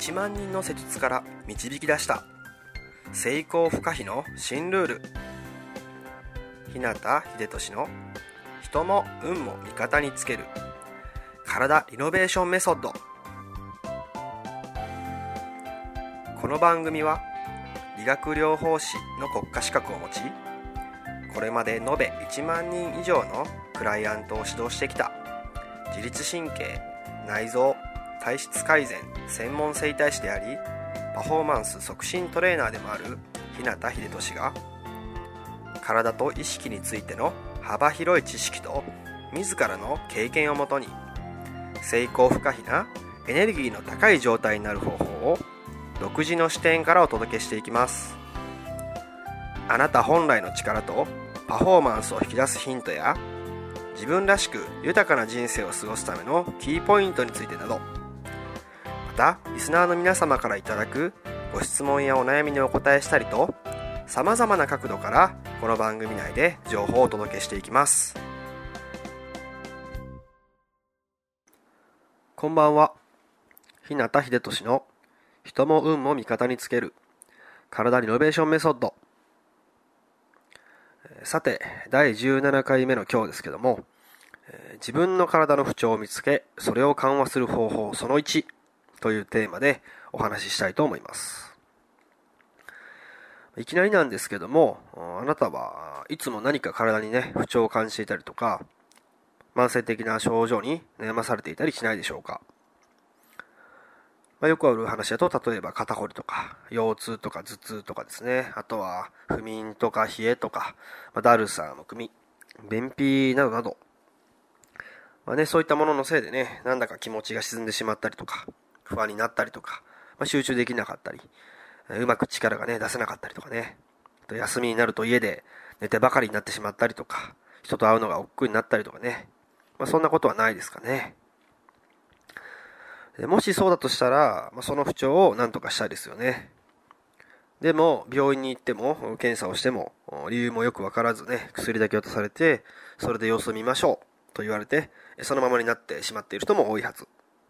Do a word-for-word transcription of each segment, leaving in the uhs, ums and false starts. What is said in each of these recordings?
ちまんにんの施術から導き出した成功不可避の新ルール。日向秀俊の人も運も味方につける体リノベーションメソッド。この番組は理学療法士の国家資格を持ち、これまで延べいちまんにん以上のクライアントを指導してきた自律神経、内臓、体質改善専門整体師であり、パフォーマンス促進トレーナーでもある日向秀俊が、体と意識についての幅広い知識と自らの経験をもとに、成功不可避なエネルギーの高い状態になる方法を独自の視点からお届けしていきます。あなた本来の力とパフォーマンスを引き出すヒントや、自分らしく豊かな人生を過ごすためのキーポイントについてなど、またリスナーの皆様からいただくご質問やお悩みにお答えしたりと、さまざまな角度からこの番組内で情報をお届けしていきます。こんばんは。日向秀俊の人も運も味方につける体リノベーションメソッド。さて、だいじゅうななかいめの今日ですけども、自分の体の不調を見つけ、それを緩和する方法そのいちというテーマでお話ししたいと思います。いきなりなんですけども、あなたはいつも何か体にね、不調を感じていたりとか、慢性的な症状に悩まされていたりしないでしょうか。まあ、よくある話だと、例えば肩こりとか腰痛とか頭痛とかですね、あとは不眠とか冷えとか、まあ、だるさ、むくみ、便秘などなど、まあね、そういったもののせいでね、なんだか気持ちが沈んでしまったりとか、不安になったりとか、まあ、集中できなかったり、うまく力がね出せなかったりとかね、休みになると家で寝てばかりになってしまったりとか、人と会うのが億劫になったりとかね、まあ、そんなことはないですかね。もしそうだとしたら、まあ、その不調を何とかしたいですよね。でも病院に行っても検査をしても理由もよくわからずね、薬だけ渡されて、それで様子を見ましょうと言われて、そのままになってしまっている人も多いはず。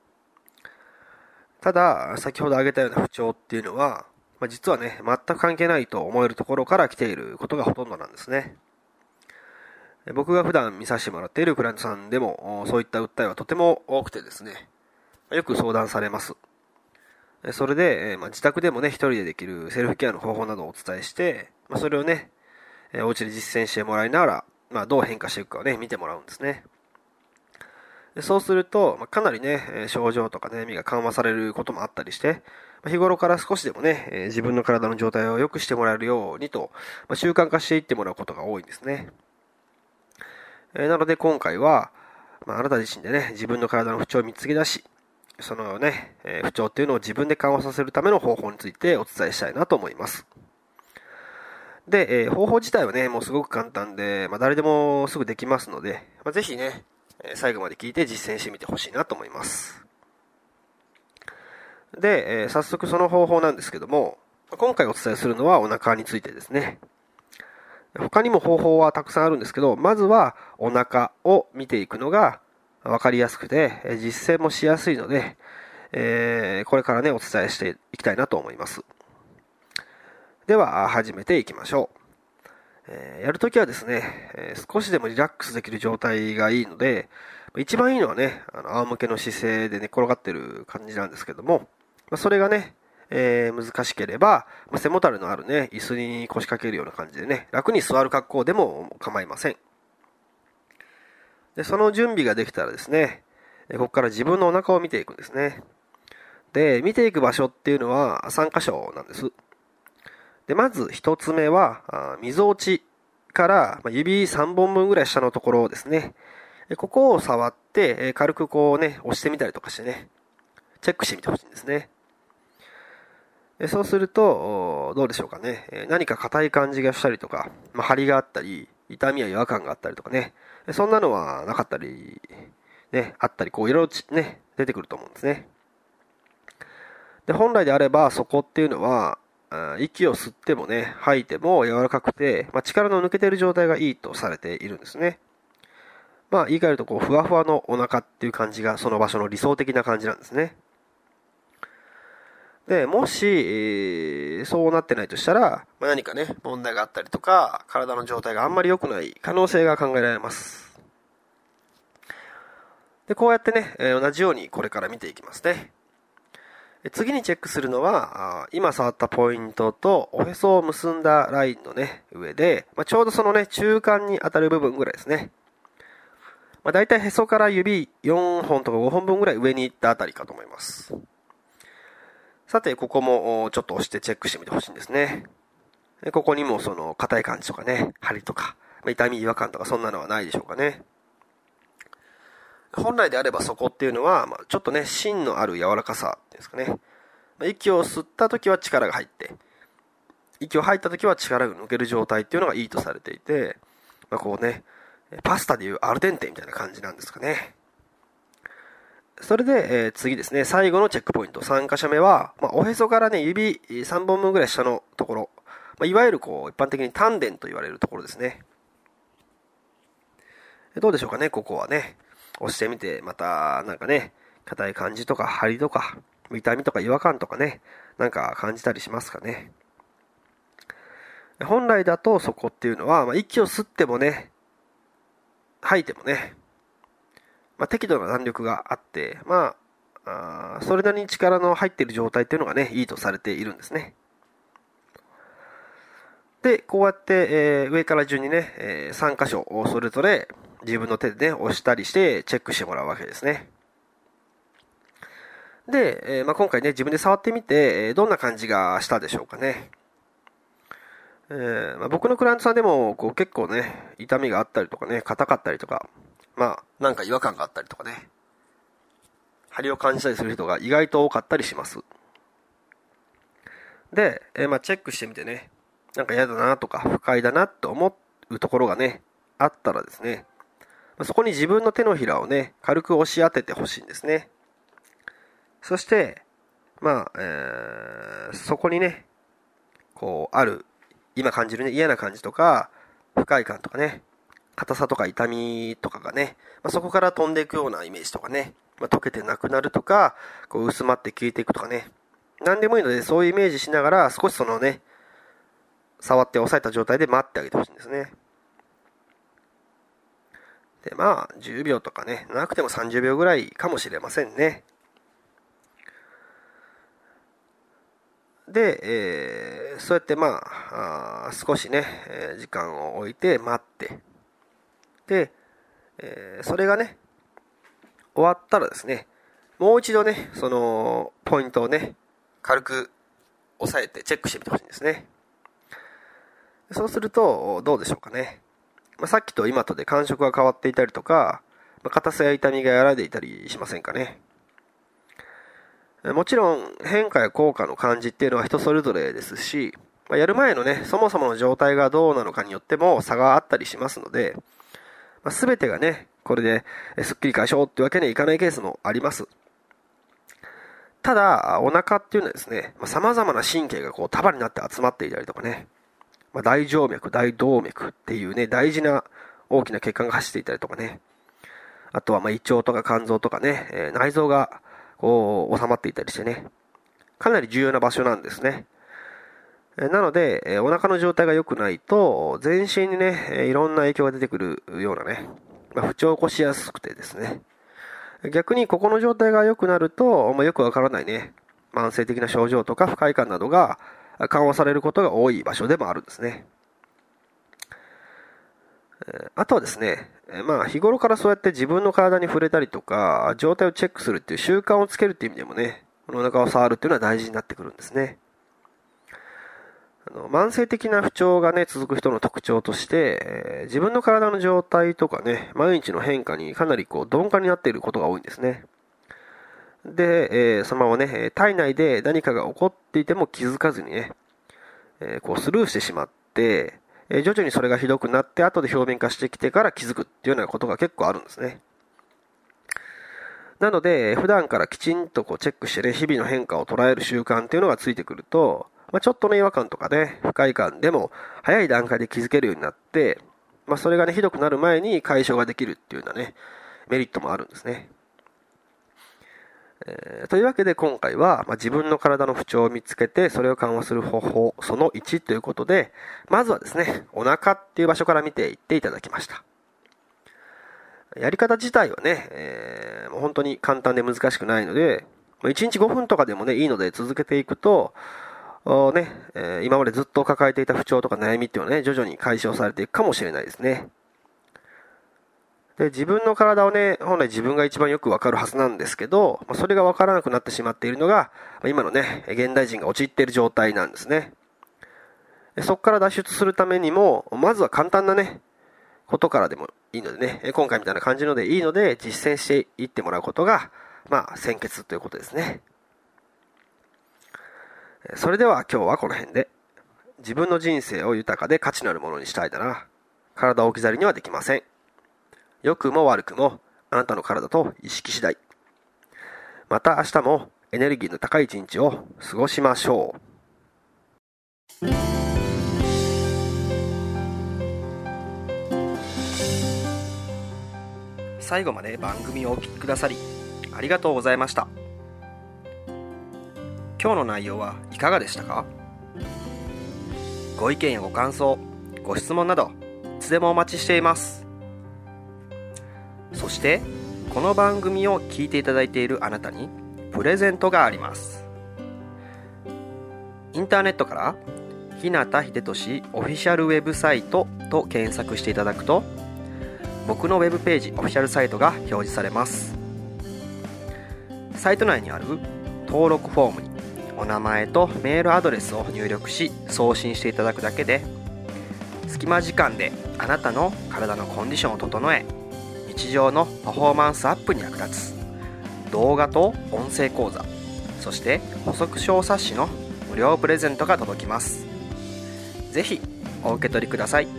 ただ先ほど挙げたような不調っていうのは、まあ、実はね全く関係ないと思えるところから来ていることがほとんどなんですね。僕が普段見させてもらっているクライアントさんでもそういった訴えはとても多くてですね、よく相談されます。それで、まあ、自宅でもね一人でできるセルフケアの方法などをお伝えして、まあ、それをねお家で実践してもらいながら、まあ、どう変化していくかをね見てもらうんですね。そうすると、まあ、かなりね症状とか悩みが緩和されることもあったりして、日頃から少しでもね自分の体の状態を良くしてもらえるようにと、まあ、習慣化していってもらうことが多いんですね。なので今回は、まあ、あなた自身でね自分の体の不調を見つけ出し、そのね不調っていうのを自分で緩和させるための方法についてお伝えしたいなと思います。で、えー、方法自体はねもうすごく簡単で、まあ、誰でもすぐできますので、まあ、ぜひね最後まで聞いて実践してみてほしいなと思います。で、えー、早速その方法なんですけども、今回お伝えするのはお腹についてですね。他にも方法はたくさんあるんですけど、まずはお腹を見ていくのが分かりやすくて実践もしやすいので、えー、これからねお伝えしていきたいなと思います。では始めていきましょう。えー、やるときはですね、えー、少しでもリラックスできる状態がいいので、一番いいのはねあの仰向けの姿勢で寝転がってる感じなんですけども、まあ、それがね、えー、難しければ、まあ、背もたれのあるね椅子に腰掛けるような感じでね楽に座る格好でも構いません。でその準備ができたらですね、ここから自分のお腹を見ていくんですね。で見ていく場所っていうのはさんかしょなんです。でまずひとつめはみぞおちから指さんぼんぶんぐらい下のところですね。ここを触って軽くこうね押してみたりとかしてねチェックしてみてほしいんですね。そうするとどうでしょうかね、何か硬い感じがしたりとか、まあ、張りがあったり痛みや違和感があったりとかね、そんなのはなかったりねあったり、こういろいろね出てくると思うんですね。で本来であればそこっていうのは息を吸ってもね吐いても柔らかくて、まあ、力の抜けている状態がいいとされているんですね。まあ言い換えるとこうふわふわのお腹っていう感じがその場所の理想的な感じなんですね。 で、もし、えー、そうなってないとしたら、まあ、何かね、問題があったりとか、体の状態があんまり良くない可能性が考えられます。で、こうやってね、えー、同じようにこれから見ていきますね。次にチェックするのは、今触ったポイントとおへそを結んだラインのね、上で、まあ、ちょうどそのね、中間に当たる部分ぐらいですね。まあ、大体へそから指よんほんとかごほんぶんぐらい上に行ったあたりかと思います。さて、ここもちょっと押してチェックしてみてほしいんですね。ここにもその硬い感じとかね、張りとか、痛み違和感とかそんなのはないでしょうかね。本来であればそこっていうのは、まあ、ちょっとね、芯のある柔らかさっていうんですかね。まあ、息を吸った時は力が入って、息を吐いた時は力が抜ける状態っていうのがいいとされていて、まあ、こうね、パスタでいうアルデンテみたいな感じなんですかね。それで、えー、次ですね、最後のチェックポイント、さん箇所目は、まあ、おへそからね、指さんぼんぶんぐらい下のところ、まあ、いわゆるこう、一般的に丹田と言われるところですね。どうでしょうかね、ここはね。押してみて、また、なんかね、硬い感じとか、張りとか、痛みとか違和感とかね、なんか感じたりしますかね。本来だとそこっていうのは、まあ、息を吸ってもね、吐いてもね、まあ、適度な弾力があって、まあ、あそれなりに力の入っている状態っていうのがね、いいとされているんですね。で、こうやって、えー、上から順にね、えー、さん箇所をそれぞれ自分の手でね、押したりしてチェックしてもらうわけですね。で、えーまあ、今回ね、自分で触ってみて、えー、どんな感じがしたでしょうかね。えーまあ、僕のクライアントさんでもこう結構ね、痛みがあったりとかね、硬かったりとか、まあ、なんか違和感があったりとかね、張りを感じたりする人が意外と多かったりします。で、えー、まあチェックしてみてね、なんか嫌だなとか不快だなと思うところがね、あったらですね、そこに自分の手のひらをね、軽く押し当ててほしいんですね。そして、まあ、えー、そこにね、こう、ある、今感じるね、嫌な感じとか、不快感とかね、硬さとか痛みとかがね、まあ、そこから飛んでいくようなイメージとかね、まあ、溶けてなくなるとか、こう薄まって消えていくとかね、何でもいいので、そういうイメージしながら、少しそのね、触って押さえた状態で待ってあげてほしいんですね。で、まあ、じゅうびょうとかね、長くてもさんじゅうびょうぐらいかもしれませんね。で、えー、そうやってまあ、あ少しね、えー、時間を置いて待って、で、えー、それがね、終わったらですね、もう一度ね、その、ポイントをね、軽く押さえてチェックしてみてほしいんですね。そうすると、どうでしょうかね。まあ、さっきと今とで感触が変わっていたりとか、まあ、硬さや痛みが和らいでいたりしませんかね。もちろん変化や効果の感じっていうのは人それぞれですし、まあ、やる前のね、そもそもの状態がどうなのかによっても差があったりしますので、まあ、全てがね、これですっきり解消っていうわけにはいかないケースもあります。ただ、お腹っていうのはですね、まあ、様々な神経がこう束になって集まっていたりとかね、まあ、大静脈、大動脈っていうね、大事な大きな血管が走っていたりとかね、あとはまあ胃腸とか肝臓とかね、えー、内臓がこう収まっていたりしてね、かなり重要な場所なんですね。なので、お腹の状態が良くないと、全身にね、いろんな影響が出てくるようなね、まあ、不調を起こしやすくてですね。逆にここの状態が良くなると、まあ、よくわからないね、慢性的な症状とか不快感などが緩和されることが多い場所でもあるんですね。あとはですね、まあ日頃からそうやって自分の体に触れたりとか、状態をチェックするっていう習慣をつけるっていう意味でもね、お腹を触るっていうのは大事になってくるんですね。あの慢性的な不調がね、続く人の特徴として、えー、自分の体の状態とかね、毎日の変化にかなりこう鈍感になっていることが多いんですね。で、えー、そのままね、体内で何かが起こっていても気づかずにね、えー、こうスルーしてしまって、えー、徐々にそれがひどくなって、後で表面化してきてから気づくっていうようなことが結構あるんですね。なので、普段からきちんとこうチェックしてね、日々の変化を捉える習慣っていうのがついてくると、まあ、ちょっとの違和感とかね、不快感でも早い段階で気づけるようになって、まあ、それがね、ひどくなる前に解消ができるっていうようなね、メリットもあるんですね。 えー、というわけで今回は、まあ、自分の体の不調を見つけてそれを緩和する方法そのいちということで、まずはですね、お腹っていう場所から見ていっていただきました。やり方自体はね、えー、もう本当に簡単で難しくないので、いちにちごふんとかでもねいいので続けていくとね、えー、今までずっと抱えていた不調とか悩みっていうのはね徐々に解消されていくかもしれないですね。で、自分の体をね、本来自分が一番よくわかるはずなんですけど、それがわからなくなってしまっているのが、今のね、現代人が陥っている状態なんですね。そこから脱出するためにも、まずは簡単なね、ことからでもいいのでね、今回みたいな感じのでいいので、実践していってもらうことが、まあ、先決ということですね。それでは今日はこの辺で、自分の人生を豊かで価値のあるものにしたいなら、体を置き去りにはできません。良くも悪くもあなたの体と意識次第。また明日もエネルギーの高い一日を過ごしましょう。最後まで番組をお聞きくださりありがとうございました。今日の内容はいかがでしたか？ご意見やご感想、ご質問などいつでもお待ちしています。そしてこの番組を聞いていただいているあなたにプレゼントがあります。インターネットから日向秀俊オフィシャルウェブサイトと検索していただくと、僕のウェブページオフィシャルサイトが表示されます。サイト内にある登録フォームにお名前とメールアドレスを入力し送信していただくだけで、隙間時間であなたの体のコンディションを整え、日常のパフォーマンスアップに役立つ動画と音声講座、そして補足小冊子の無料プレゼントが届きます。ぜひお受け取りください。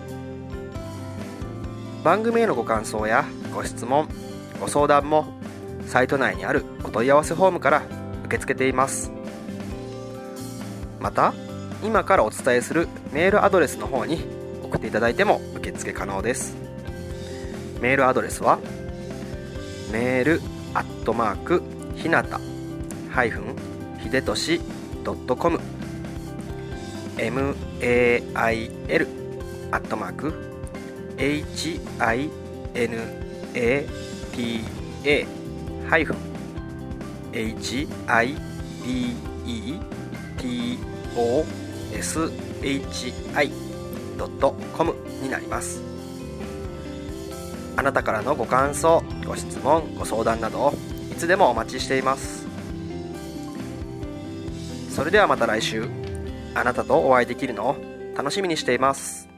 番組へのご感想やご質問、ご相談もサイト内にあるお問い合わせフォームから受け付けています。また今からお伝えするメールアドレスの方に送っていただいても受付可能です。メールアドレスはメールアットマークひなたハイフンひでとしドットコム メールアットマーク ヒナタハイフン ヒビトシドットコム になります。あなたからのご感想、ご質問、ご相談などいつでもお待ちしています。それではまた来週、あなたとお会いできるのを楽しみにしています。